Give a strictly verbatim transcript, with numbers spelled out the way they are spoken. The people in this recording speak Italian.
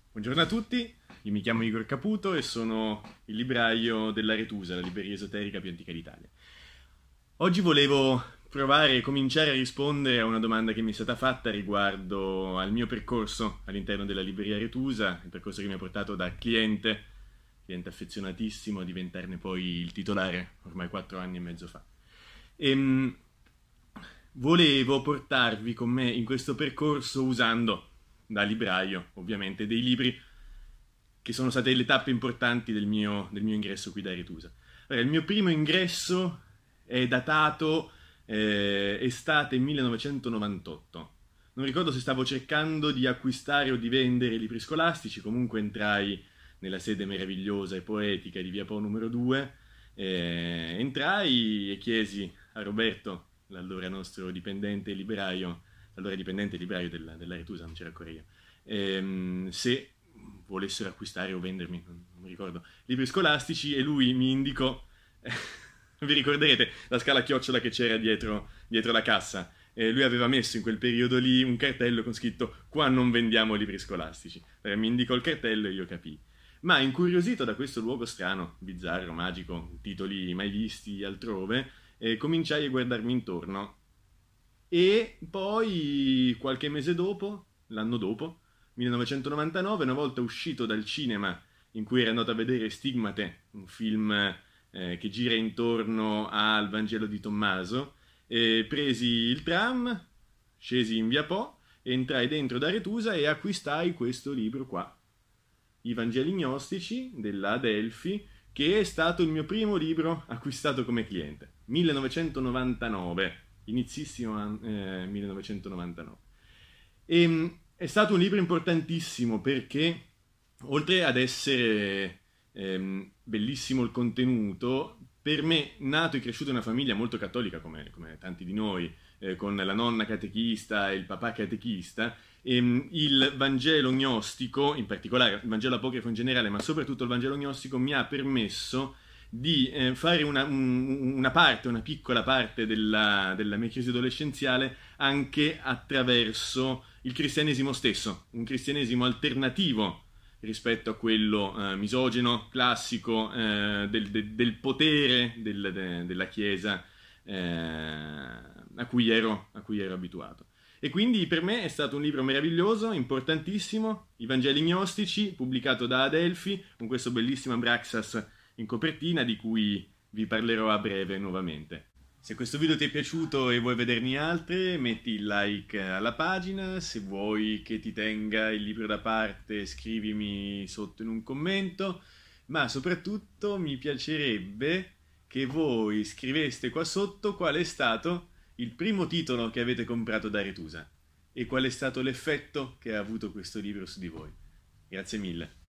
Buongiorno a tutti, io mi chiamo Igor Caputo e sono il libraio dell'Aretusa, la libreria esoterica più antica d'Italia. Oggi volevo provare e cominciare a rispondere a una domanda che mi è stata fatta riguardo al mio percorso all'interno della libreria Aretusa, il percorso che mi ha portato da cliente, cliente affezionatissimo, a diventarne poi il titolare ormai quattro anni e mezzo fa. E, volevo portarvi con me in questo percorso usando da libraio, ovviamente, dei libri che sono state le tappe importanti del mio, del mio ingresso qui da Aretusa. Allora, il mio primo ingresso è datato eh, estate millenovecentonovantotto. Non ricordo se stavo cercando di acquistare o di vendere libri scolastici, comunque entrai nella sede meravigliosa e poetica di Via Po numero due, eh, entrai e chiesi a Roberto, l'allora nostro dipendente libraio, allora dipendente libraio della, dell'Aretusa, non c'era ancora io, ehm, se volessero acquistare o vendermi, non, non mi ricordo, libri scolastici, e lui mi indicò, eh, vi ricorderete la scala a chiocciola che c'era dietro, dietro la cassa. Eh, lui aveva messo in quel periodo lì un cartello con scritto "qua non vendiamo libri scolastici". Allora, mi indicò il cartello e io capii. Ma incuriosito da questo luogo strano, bizzarro, magico, titoli mai visti altrove, eh, cominciai a guardarmi intorno. E poi, qualche mese dopo, l'anno dopo, millenovecentonovantanove, una volta uscito dal cinema in cui ero andato a vedere Stigmate, un film eh, che gira intorno al Vangelo di Tommaso, eh, presi il tram, scesi in Via Po, entrai dentro da Aretusa e acquistai questo libro qua, I Vangeli Gnostici, della Adelphi, che è stato il mio primo libro acquistato come cliente. millenovecentonovantanove, inizissimo eh, millenovecentonovantanove. E, è stato un libro importantissimo perché, oltre ad essere ehm, bellissimo il contenuto, per me, nato e cresciuto in una famiglia molto cattolica, come, come tanti di noi, eh, con la nonna catechista e il papà catechista, ehm, il Vangelo gnostico, in particolare il Vangelo apocrifo in generale, ma soprattutto il Vangelo gnostico, mi ha permesso di eh, fare una, un, una parte, una piccola parte della, della mia crisi adolescenziale anche attraverso il cristianesimo stesso, un cristianesimo alternativo rispetto a quello eh, misogino, classico, eh, del, de, del potere del, de, della Chiesa eh, a, cui ero, a cui ero abituato. E quindi per me è stato un libro meraviglioso, importantissimo, I Vangeli Gnostici, pubblicato da Adelphi, con questo bellissimo Abraxas in copertina, di cui vi parlerò a breve nuovamente. Se questo video ti è piaciuto e vuoi vederne altre, metti il like alla pagina. Se vuoi che ti tenga il libro da parte, scrivimi sotto in un commento. Ma soprattutto mi piacerebbe che voi scriveste qua sotto qual è stato il primo titolo che avete comprato da Aretusa e qual è stato l'effetto che ha avuto questo libro su di voi. Grazie mille.